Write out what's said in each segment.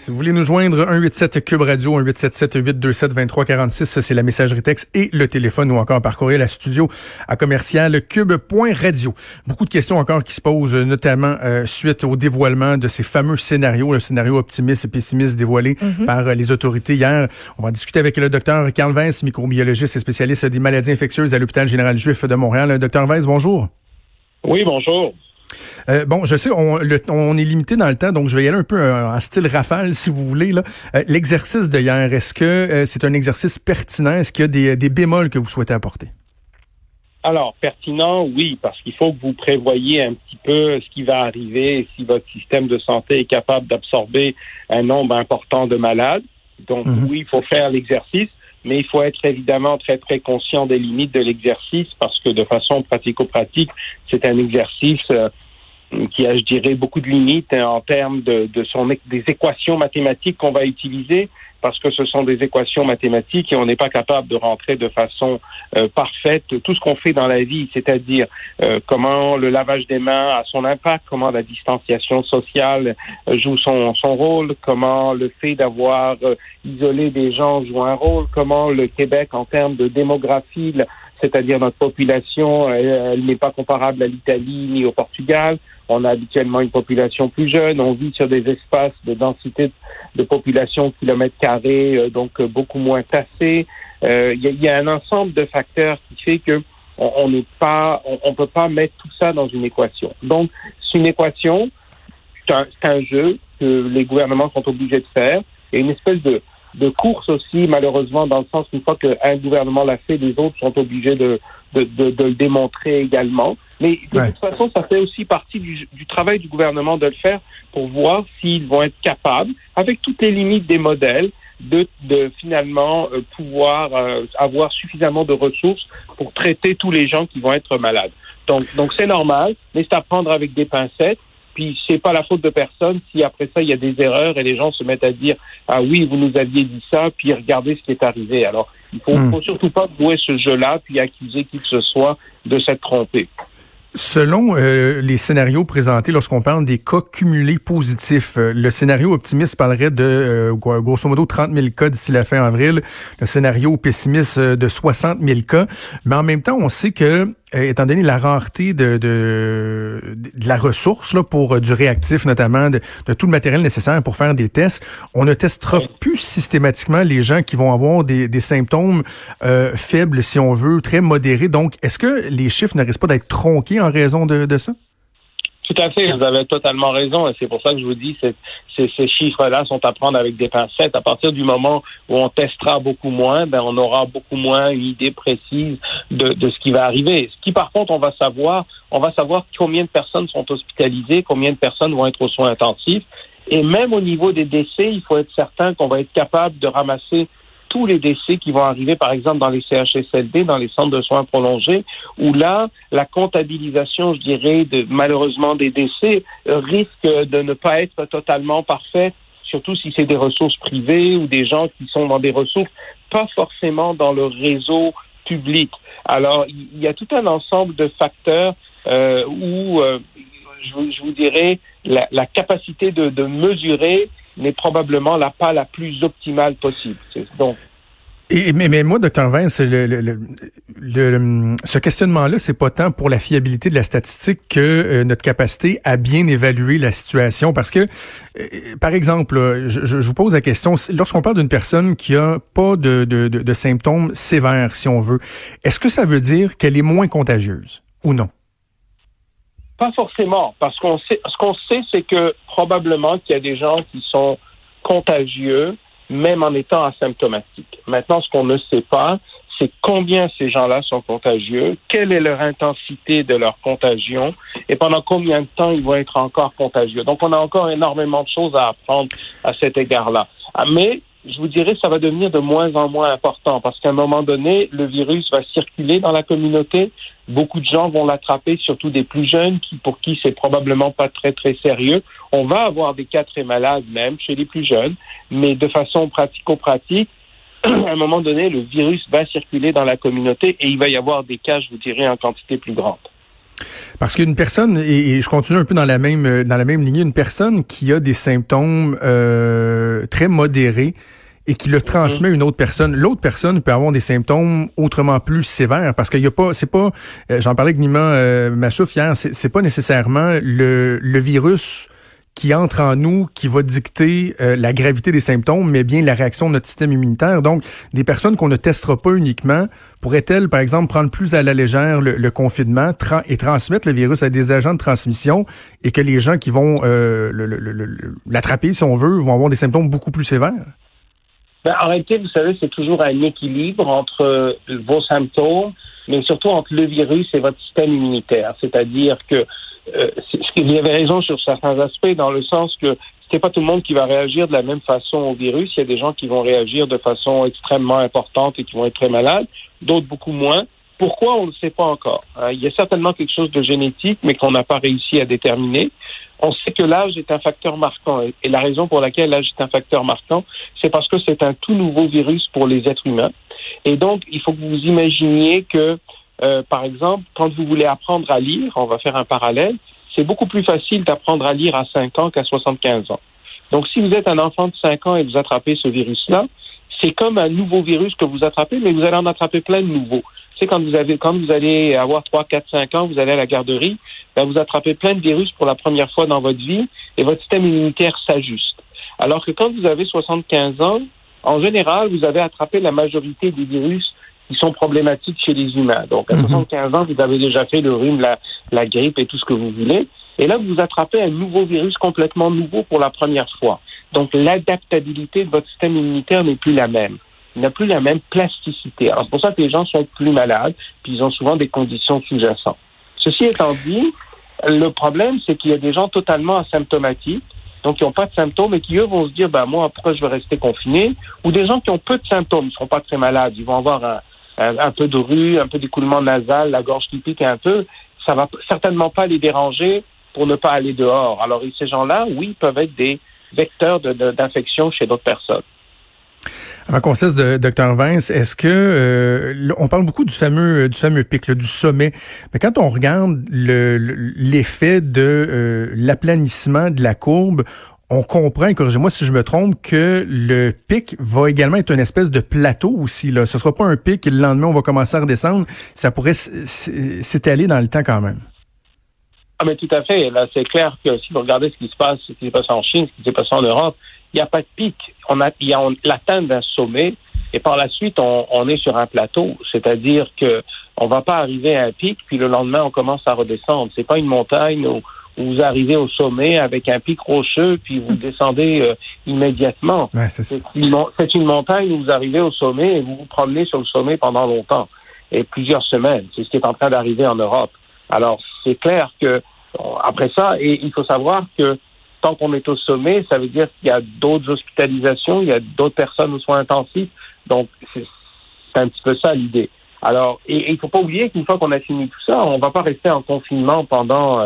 Si vous voulez nous joindre, 187 Cube Radio, 1877-827-2346, ça c'est la messagerie texte et le téléphone ou encore par courriel à studio à commercial cube.radio. Beaucoup de questions encore qui se posent, notamment suite au dévoilement de ces fameux scénarios, le scénario optimiste et pessimiste dévoilé par les autorités hier. On va discuter avec le docteur Carl Weiss, microbiologiste et spécialiste des maladies infectieuses à l'hôpital général juif de Montréal. Docteur Weiss, bonjour. Oui, bonjour. Bon, je sais, on est limité dans le temps, donc je vais y aller un peu en style rafale, si vous voulez. Là. L'exercice de hier, est-ce que c'est un exercice pertinent? Est-ce qu'il y a des bémols que vous souhaitez apporter? Alors, pertinent, oui, parce qu'il faut que vous prévoyiez un petit peu ce qui va arriver si votre système de santé est capable d'absorber un nombre important de malades. Donc, oui, il faut faire l'exercice, mais il faut être évidemment très, très conscient des limites de l'exercice parce que de façon pratico-pratique, c'est un exercice qui a, je dirais, beaucoup de limites en termes des équations mathématiques qu'on va utiliser parce que ce sont des équations mathématiques et on n'est pas capable de rentrer de façon parfaite tout ce qu'on fait dans la vie, c'est-à-dire comment le lavage des mains a son impact, comment la distanciation sociale joue son rôle, comment le fait d'avoir isolé des gens joue un rôle, comment le Québec en termes de démographie, c'est-à-dire notre population, elle n'est pas comparable à l'Italie ni au Portugal. On a habituellement une population plus jeune, on vit sur des espaces de densité de population kilomètre carré, donc beaucoup moins tassés. Il y a un ensemble de facteurs qui fait que on peut pas mettre tout ça dans une équation. Donc, c'est une équation, c'est un jeu que les gouvernements sont obligés de faire. Il y a une espèce de course aussi, malheureusement, dans le sens qu'une fois qu'un gouvernement l'a fait, les autres sont obligés de le démontrer également. Mais de toute façon, ça fait aussi partie du travail du gouvernement de le faire pour voir s'ils vont être capables, avec toutes les limites des modèles, de finalement pouvoir avoir suffisamment de ressources pour traiter tous les gens qui vont être malades. Donc c'est normal, mais c'est à prendre avec des pincettes. Puis c'est pas la faute de personne si après ça il y a des erreurs et les gens se mettent à dire ah oui vous nous aviez dit ça puis regardez ce qui est arrivé. Alors il faut surtout pas jouer ce jeu-là puis accuser qui que ce soit de s'être trompé. Selon les scénarios présentés, lorsqu'on parle des cas cumulés positifs, le scénario optimiste parlerait de grosso modo 30 000 cas d'ici la fin avril, le scénario pessimiste de 60 000 cas, mais en même temps, on sait que étant donné la rareté de la ressource là, pour du réactif, notamment de tout le matériel nécessaire pour faire des tests, on ne testera plus systématiquement les gens qui vont avoir des symptômes faibles, si on veut, très modérés. Donc, est-ce que les chiffres ne risquent pas d'être tronqués en raison de ça? Tout à fait, vous avez totalement raison et c'est pour ça que je vous dis que ces chiffres-là sont à prendre avec des pincettes. À partir du moment où on testera beaucoup moins, on aura beaucoup moins une idée précise de ce qui va arriver. Ce qui, par contre, on va savoir combien de personnes sont hospitalisées, combien de personnes vont être aux soins intensifs et même au niveau des décès, il faut être certain qu'on va être capable de ramasser tous les décès qui vont arriver, par exemple, dans les CHSLD, dans les centres de soins prolongés, où là, la comptabilisation, je dirais, malheureusement des décès risque de ne pas être totalement parfaite, surtout si c'est des ressources privées ou des gens qui sont dans des ressources pas forcément dans le réseau public. Alors, il y a tout un ensemble de facteurs où, je vous dirais, la capacité de mesurer n'est probablement pas la plus optimale possible. Donc, mais moi, Dr. Weiss, ce questionnement-là, c'est pas tant pour la fiabilité de la statistique que notre capacité à bien évaluer la situation. Parce que, par exemple, je vous pose la question, lorsqu'on parle d'une personne qui a pas de symptômes sévères, si on veut, est-ce que ça veut dire qu'elle est moins contagieuse ou non? Pas forcément, parce ce qu'on sait, c'est que probablement qu'il y a des gens qui sont contagieux, même en étant asymptomatiques. Maintenant, ce qu'on ne sait pas, c'est combien ces gens-là sont contagieux, quelle est leur intensité de leur contagion et pendant combien de temps ils vont être encore contagieux. Donc, on a encore énormément de choses à apprendre à cet égard-là. Mais je vous dirais, ça va devenir de moins en moins important parce qu'à un moment donné, le virus va circuler dans la communauté. Beaucoup de gens vont l'attraper, surtout des plus jeunes, pour qui c'est probablement pas très, très sérieux. On va avoir des cas très malades même chez les plus jeunes, mais de façon pratico-pratique, à un moment donné, le virus va circuler dans la communauté et il va y avoir des cas, je vous dirais, en quantité plus grande. Parce qu'une personne, et je continue un peu dans la même lignée, une personne qui a des symptômes très modérés et qui le transmet à une autre personne, l'autre personne peut avoir des symptômes autrement plus sévères, parce qu'il y a pas, c'est pas, j'en parlais avec Nima Machouf hier, c'est pas nécessairement le virus qui entre en nous, qui va dicter la gravité des symptômes, mais bien la réaction de notre système immunitaire. Donc, des personnes qu'on ne testera pas uniquement, pourraient-elles, par exemple, prendre plus à la légère le confinement et transmettre le virus à des agents de transmission, et que les gens qui vont l'attraper, si on veut, vont avoir des symptômes beaucoup plus sévères? En réalité, vous savez, c'est toujours un équilibre entre vos symptômes, mais surtout entre le virus et votre système immunitaire. C'est-à-dire que il y avait raison sur certains aspects, dans le sens que c'est pas tout le monde qui va réagir de la même façon au virus. Il y a des gens qui vont réagir de façon extrêmement importante et qui vont être très malades, d'autres beaucoup moins. Pourquoi, on ne sait pas encore. Il y a certainement quelque chose de génétique, mais qu'on n'a pas réussi à déterminer. On sait que l'âge est un facteur marquant. Et la raison pour laquelle l'âge est un facteur marquant, c'est parce que c'est un tout nouveau virus pour les êtres humains. Et donc, il faut que vous imaginiez que par exemple, quand vous voulez apprendre à lire, on va faire un parallèle, c'est beaucoup plus facile d'apprendre à lire à 5 ans qu'à 75 ans. Donc, si vous êtes un enfant de 5 ans et vous attrapez ce virus-là, c'est comme un nouveau virus que vous attrapez, mais vous allez en attraper plein de nouveaux. C'est quand vous allez avoir 3, 4, 5 ans, vous allez à la garderie, vous attrapez plein de virus pour la première fois dans votre vie et votre système immunitaire s'ajuste. Alors que quand vous avez 75 ans, en général, vous avez attrapé la majorité des virus qui sont problématiques chez les humains. Donc, à 75 ans, vous avez déjà fait le rhume, la grippe et tout ce que vous voulez. Et là, vous attrapez un nouveau virus complètement nouveau pour la première fois. Donc, l'adaptabilité de votre système immunitaire n'est plus la même. Il n'a plus la même plasticité. Alors, c'est pour ça que les gens sont plus malades, puis ils ont souvent des conditions sous-jacentes. Ceci étant dit, le problème, c'est qu'il y a des gens totalement asymptomatiques, donc qui n'ont pas de symptômes et qui, eux, vont se dire, moi, pourquoi je vais rester confiné? Ou des gens qui ont peu de symptômes, ils ne seront pas très malades, ils vont avoir un peu de rhume, un peu d'écoulement nasal, la gorge qui pique un peu, ça va certainement pas les déranger pour ne pas aller dehors. Alors, ces gens-là, oui, peuvent être des vecteurs d'infection chez d'autres personnes. Avant qu'on cesse, Dr Vince, est-ce que on parle beaucoup du fameux pic, là, du sommet, mais quand on regarde l'effet de l'aplanissement de la courbe, on comprend, corrigez-moi si je me trompe, que le pic va également être une espèce de plateau aussi, là. Ce sera pas un pic et le lendemain on va commencer à redescendre. Ça pourrait s'étaler dans le temps quand même. Ah, mais tout à fait. Là, c'est clair que si vous regardez ce qui s'est passé en Chine, ce qui s'est passé en Europe, il n'y a pas de pic. On l'atteint d'un sommet et par la suite, on est sur un plateau. C'est-à-dire que on va pas arriver à un pic puis le lendemain, on commence à redescendre. C'est pas une montagne où vous arrivez au sommet avec un pic rocheux, puis vous descendez immédiatement. Ouais, c'est une montagne où vous arrivez au sommet et vous vous promenez sur le sommet pendant longtemps, et plusieurs semaines. C'est ce qui est en train d'arriver en Europe. Alors, c'est clair que après ça, et il faut savoir que tant qu'on est au sommet, ça veut dire qu'il y a d'autres hospitalisations, il y a d'autres personnes aux soins intensifs. Donc, c'est un petit peu ça l'idée. Alors, et il faut pas oublier qu'une fois qu'on a fini tout ça, on va pas rester en confinement pendant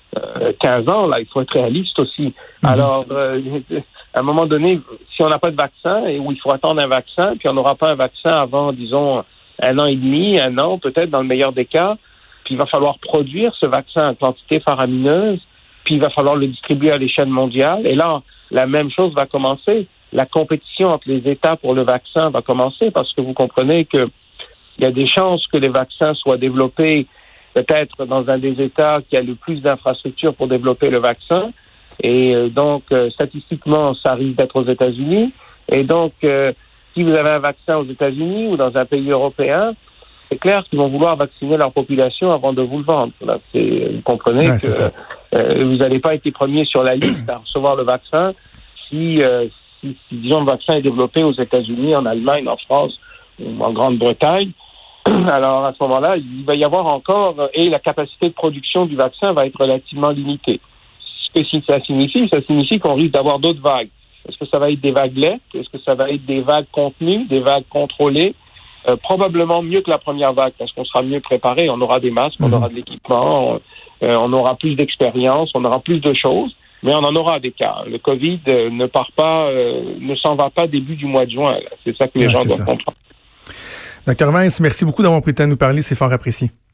15 ans, là, il faut être réaliste aussi. Alors, à un moment donné, si on n'a pas de vaccin, et où il faut attendre un vaccin, puis on n'aura pas un vaccin avant, disons, 1 an et demi, 1 an, peut-être, dans le meilleur des cas, puis il va falloir produire ce vaccin en quantité faramineuse, puis il va falloir le distribuer à l'échelle mondiale, et là, la même chose va commencer. La compétition entre les États pour le vaccin va commencer, parce que vous comprenez que il y a des chances que les vaccins soient développés peut-être dans un des États qui a le plus d'infrastructures pour développer le vaccin. Et donc, statistiquement, ça risque d'être aux États-Unis. Et donc, si vous avez un vaccin aux États-Unis ou dans un pays européen, c'est clair qu'ils vont vouloir vacciner leur population avant de vous le vendre. Là, vous comprenez que vous n'allez pas être les premiers sur la liste à recevoir le vaccin si disons, le vaccin est développé aux États-Unis, en Allemagne, en France ou en Grande-Bretagne. Alors, à ce moment-là, il va y avoir encore, et la capacité de production du vaccin va être relativement limitée. Ce que ça signifie qu'on risque d'avoir d'autres vagues. Est-ce que ça va être des vaguelettes? Est-ce que ça va être des vagues contenues, des vagues contrôlées? Probablement mieux que la première vague, parce qu'on sera mieux préparé. On aura des masques, on aura de l'équipement, on aura plus d'expérience, on aura plus de choses, mais on en aura des cas. Le COVID ne s'en va pas début du mois de juin. Là. C'est ça que les gens doivent comprendre. Dr Vince, merci beaucoup d'avoir pris le temps de nous parler, c'est fort apprécié.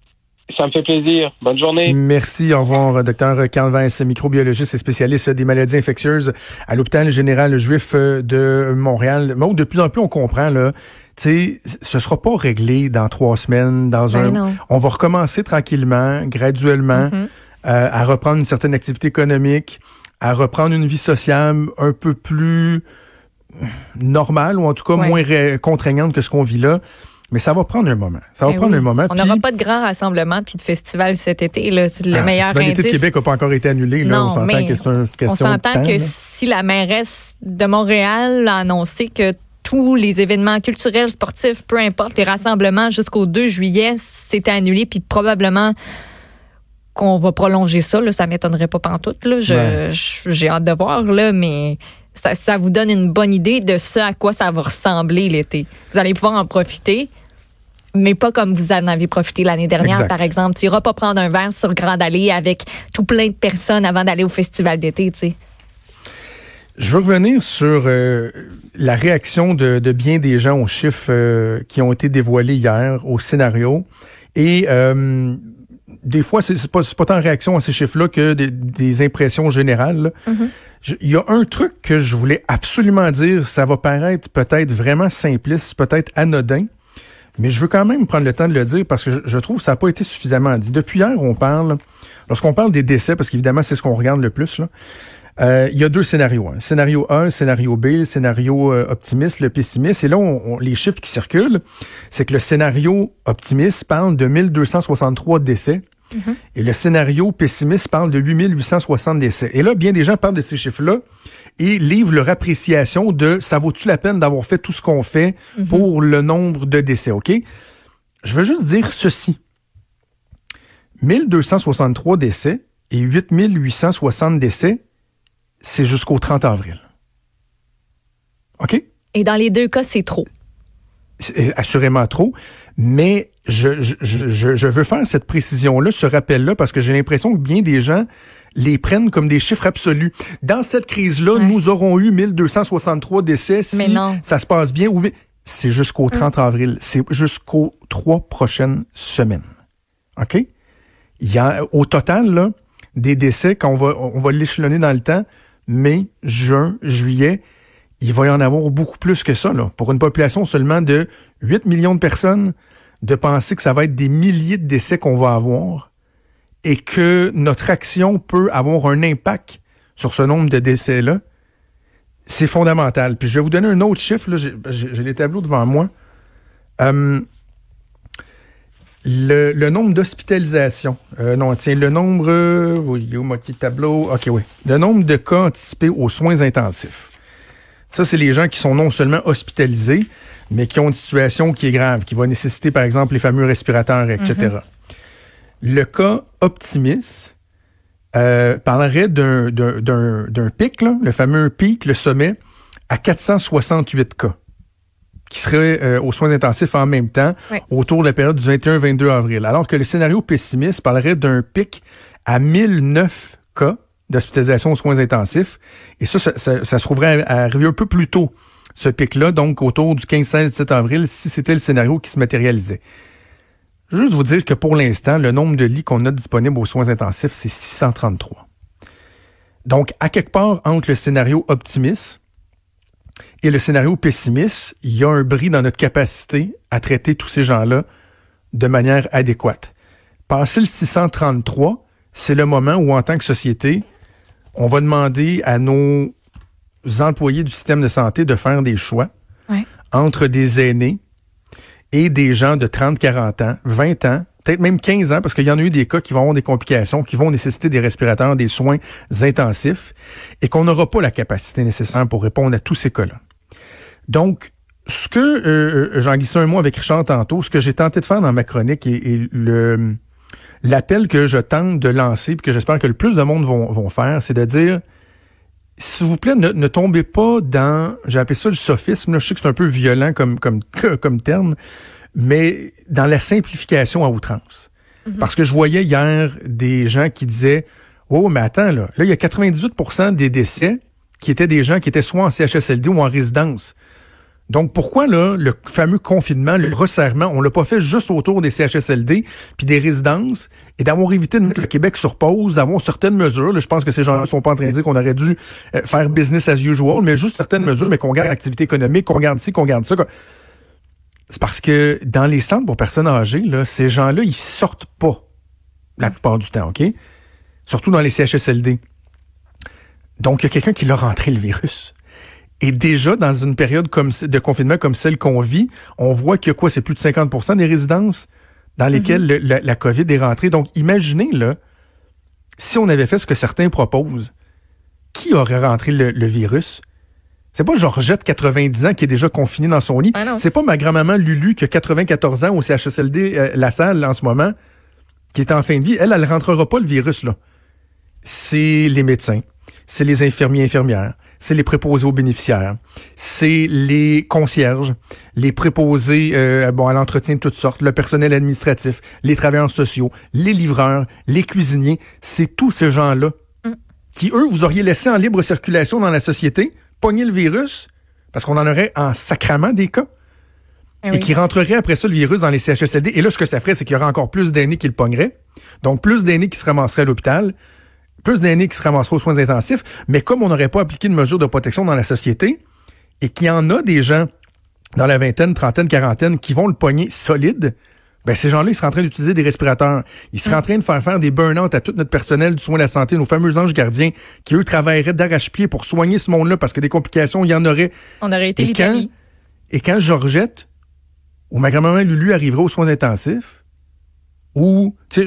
Ça me fait plaisir. Bonne journée. Merci. Au revoir, Dr Carl Weiss, microbiologiste et spécialiste des maladies infectieuses à l'hôpital général juif de Montréal. Bon, de plus en plus, on comprend, là, tu sais, ce sera pas réglé dans 3 semaines, on va recommencer tranquillement, graduellement, à reprendre une certaine activité économique, à reprendre une vie sociale un peu plus normale, ou en tout cas moins contraignante que ce qu'on vit là. Mais ça va prendre un moment. Ça va prendre un moment. On n'aura pas de grands rassemblements puis de festivals cet été. Là. C'est le meilleur indice. Le festival d'été de Québec n'a pas encore été annulé. Là. Non, on s'entend que c'est une question de temps. On s'entend que si la mairesse de Montréal a annoncé que tous les événements culturels, sportifs, peu importe, les rassemblements jusqu'au 2 juillet, c'était annulé, puis probablement qu'on va prolonger ça. Là, ça ne m'étonnerait pas pantoute. Là. J'ai hâte de voir, là, mais ça vous donne une bonne idée de ce à quoi ça va ressembler l'été. Vous allez pouvoir en profiter, mais pas comme vous en avez profité l'année dernière, par exemple. Tu n'iras pas prendre un verre sur Grande Allée avec tout plein de personnes avant d'aller au festival d'été, tu sais. Je veux revenir sur la réaction de bien des gens aux chiffres qui ont été dévoilés hier, au scénario. Et des fois, c'est pas tant réaction à ces chiffres-là que des impressions générales. Il y a un truc que je voulais absolument dire, ça va paraître peut-être vraiment simpliste, peut-être anodin, mais je veux quand même prendre le temps de le dire parce que je trouve que ça n'a pas été suffisamment dit. Depuis hier, lorsqu'on parle des décès, parce qu'évidemment, c'est ce qu'on regarde le plus, là, il y a 2 scénarios. Le scénario A, le scénario B, le scénario optimiste, le pessimiste. Et là, les chiffres qui circulent, c'est que le scénario optimiste parle de 1263 décès. Et le scénario pessimiste parle de 8860 décès. Et là, bien des gens parlent de ces chiffres-là et livrent leur appréciation de ça vaut-tu la peine d'avoir fait tout ce qu'on fait pour le nombre de décès, OK? Je veux juste dire ceci. 1263 décès et 8860 décès, c'est jusqu'au 30 avril. OK? Et dans les 2 cas, c'est trop. C'est assurément trop, mais je veux faire cette précision-là, ce rappel-là, parce que j'ai l'impression que bien des gens les prennent comme des chiffres absolus. Dans cette crise-là, nous aurons eu 1263 décès si ça se passe bien. C'est jusqu'au 30 avril. C'est jusqu'aux 3 prochaines semaines. OK? Il y a, au total, là, des décès, on va l'échelonner dans le temps, mai, juin, juillet, il va y en avoir beaucoup plus que ça, là. Pour une population seulement de 8 millions de personnes, de penser que ça va être des milliers de décès qu'on va avoir et que notre action peut avoir un impact sur ce nombre de décès-là, c'est fondamental. Puis je vais vous donner un autre chiffre, là. J'ai les tableaux devant moi. Le nombre d'hospitalisations. Le nombre... où mon petit tableau? OK, oui. Le nombre de cas anticipés aux soins intensifs. Ça, c'est les gens qui sont non seulement hospitalisés, mais qui ont une situation qui est grave, qui va nécessiter, par exemple, les fameux respirateurs, etc. Le cas optimiste parlerait d'un pic, là, le fameux pic, le sommet, à 468 cas, qui seraient aux soins intensifs en même temps, autour de la période du 21-22 avril. Alors que le scénario pessimiste parlerait d'un pic à 1009 cas d'hospitalisation aux soins intensifs. Et ça se trouverait à arriver un peu plus tôt, ce pic-là, donc autour du 15-16-17 avril, si c'était le scénario qui se matérialisait. Je veux juste vous dire que pour l'instant, le nombre de lits qu'on a disponibles aux soins intensifs, c'est 633. Donc, à quelque part, entre le scénario optimiste et le scénario pessimiste, il y a un bris dans notre capacité à traiter tous ces gens-là de manière adéquate. Passé le 633, c'est le moment où, en tant que société, on va demander à nos employés du système de santé de faire des choix entre des aînés et des gens de 30, 40 ans, 20 ans, peut-être même 15 ans, parce qu'il y en a eu des cas qui vont avoir des complications, qui vont nécessiter des respirateurs, des soins intensifs, et qu'on n'aura pas la capacité nécessaire pour répondre à tous ces cas-là. Donc, ce que, j'en glissais un mot avec Richard tantôt, ce que j'ai tenté de faire dans ma chronique et l'appel que je tente de lancer, puis que j'espère que le plus de monde vont faire, c'est de dire, s'il vous plaît, ne tombez pas dans, j'ai appelé ça le sophisme, là, je sais que c'est un peu violent comme terme, mais dans la simplification à outrance. Parce que je voyais hier des gens qui disaient, oh, mais attends, là, il y a 98% des décès qui étaient des gens qui étaient soit en CHSLD ou en résidence. Donc, pourquoi là le fameux confinement, le resserrement, on l'a pas fait juste autour des CHSLD puis des résidences et d'avoir évité de mettre le Québec sur pause, d'avoir certaines mesures. Là, je pense que ces gens-là ne sont pas en train de dire qu'on aurait dû faire business as usual, mais juste certaines mesures, mais qu'on garde l'activité économique, qu'on garde ci, qu'on garde ça. C'est parce que dans les centres pour personnes âgées, là, ces gens-là, ils sortent pas la plupart du temps, OK? Surtout dans les CHSLD. Donc, il y a quelqu'un qui leur a rentré le virus. Et déjà, dans une période de confinement comme celle qu'on vit, on voit qu'il y a quoi? C'est plus de 50% des résidences dans lesquelles la COVID est rentrée. Donc, imaginez, là, si on avait fait ce que certains proposent, qui aurait rentré le virus? C'est pas Georgette, 90 ans, qui est déjà confinée dans son lit. Ah c'est pas ma grand-maman Lulu, qui a 94 ans au CHSLD La Salle en ce moment, qui est en fin de vie. Elle rentrera pas le virus, là. C'est les médecins, c'est les infirmiers, infirmières, c'est les préposés aux bénéficiaires, c'est les concierges, les préposés à l'entretien de toutes sortes, le personnel administratif, les travailleurs sociaux, les livreurs, les cuisiniers. C'est tous ces gens-là qui, eux, vous auriez laissé en libre circulation dans la société, pogner le virus, parce qu'on en aurait en sacrament des cas, et qui rentrerait après ça le virus dans les CHSLD. Et là, ce que ça ferait, c'est qu'il y aurait encore plus d'aînés qui le pogneraient, donc plus d'aînés qui se ramasseraient à l'hôpital, plus d'aînés qui se ramasseraient aux soins intensifs, mais comme on n'aurait pas appliqué de mesures de protection dans la société, et qu'il y en a des gens dans la vingtaine, trentaine, quarantaine qui vont le pogner solide, ben ces gens-là, ils seraient en train d'utiliser des respirateurs. Ils seraient en train de faire des burn-out à tout notre personnel du soin de la santé, nos fameux anges gardiens, qui, eux, travailleraient d'arrache-pied pour soigner ce monde-là, parce que des complications, il y en aurait. On aurait été l'Italie. Et quand Georgette ou ma grand-maman Lulu arriverait aux soins intensifs, ou, tu sais,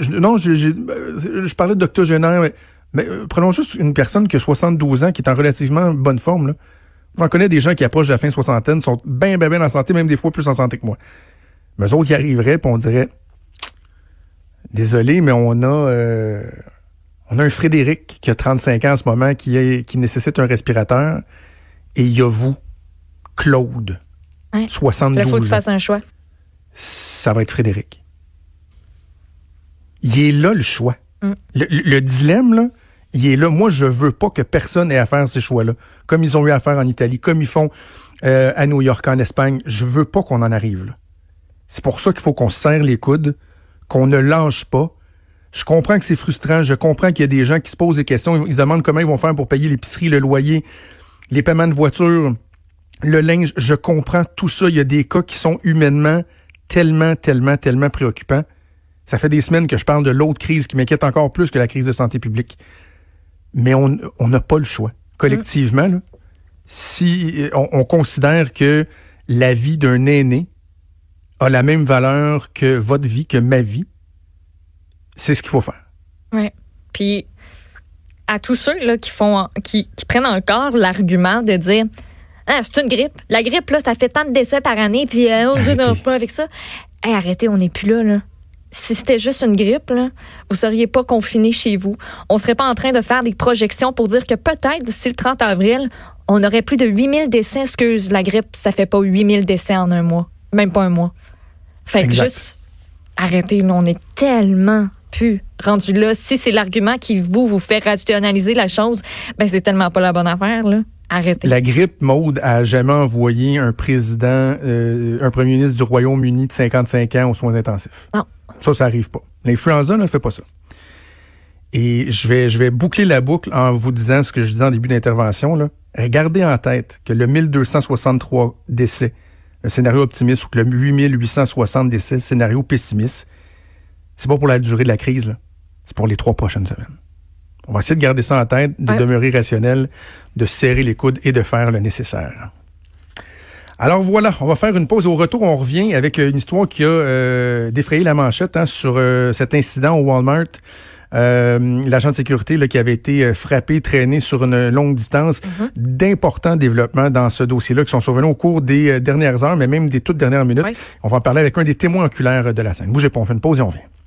je parlais d'octogénaire, mais prenons juste une personne qui a 72 ans, qui est en relativement bonne forme, là. J'en connais des gens qui approchent de la fin soixantaine, sont bien en santé, même des fois plus en santé que moi. Mais eux autres, ils arriveraient, puis on dirait, désolé, mais on a un Frédéric qui a 35 ans en ce moment, qui nécessite un respirateur, et il y a vous, Claude, 72 ans. Il faut que tu fasses un choix. Ça va être Frédéric. Il est là, le choix. Le dilemme, là, il est là. Moi, je veux pas que personne ait à faire ces choix-là. Comme ils ont eu à faire en Italie, comme ils font à New York, en Espagne. Je veux pas qu'on en arrive là. C'est pour ça qu'il faut qu'on se serre les coudes, qu'on ne lâche pas. Je comprends que c'est frustrant. Je comprends qu'il y a des gens qui se posent des questions. Ils se demandent comment ils vont faire pour payer l'épicerie, le loyer, les paiements de voiture, le linge. Je comprends tout ça. Il y a des cas qui sont humainement tellement préoccupants. Ça fait des semaines que je parle de l'autre crise qui m'inquiète encore plus que la crise de santé publique. Mais on n'a pas le choix. Collectivement, là, si on considère que la vie d'un aîné a la même valeur que votre vie, que ma vie, c'est ce qu'il faut faire. Oui. Puis, à tous ceux là, qui prennent encore l'argument de dire c'est une grippe. La grippe, là, ça fait tant de décès par année, puis on ne pas avec ça. Hey, arrêtez, on n'est plus là. Si c'était juste une grippe, là, vous ne seriez pas confinés chez vous. On ne serait pas en train de faire des projections pour dire que peut-être d'ici le 30 avril, on aurait plus de 8000 décès. Excuse, la grippe, ça fait pas 8000 décès en un mois. Même pas un mois. Fait que juste, arrêtez, là, on est tellement plus rendu là. Si c'est l'argument qui vous fait rationaliser la chose, ben c'est tellement pas la bonne affaire, là. Arrêtez. La grippe, Maude, a jamais envoyé un président, un premier ministre du Royaume-Uni de 55 ans aux soins intensifs. Non. Ça arrive pas. L'influenza ne fait pas ça. Et je vais boucler la boucle en vous disant ce que je disais en début d'intervention, là. Regardez en tête que le 1263 décès, le scénario optimiste, ou que le 8860 décès, scénario pessimiste, c'est pas pour la durée de la crise, là. C'est pour les 3 prochaines semaines. On va essayer de garder ça en tête, de demeurer rationnel, de serrer les coudes et de faire le nécessaire. Alors voilà, on va faire une pause. Au retour, on revient avec une histoire qui a défrayé la manchette sur cet incident au Walmart. L'agent de sécurité là, qui avait été frappé, traîné sur une longue distance. D'importants développements dans ce dossier-là qui sont survenus au cours des dernières heures, mais même des toutes dernières minutes. On va en parler avec un des témoins oculaires de la scène. Bougez pas, on fait une pause et on revient.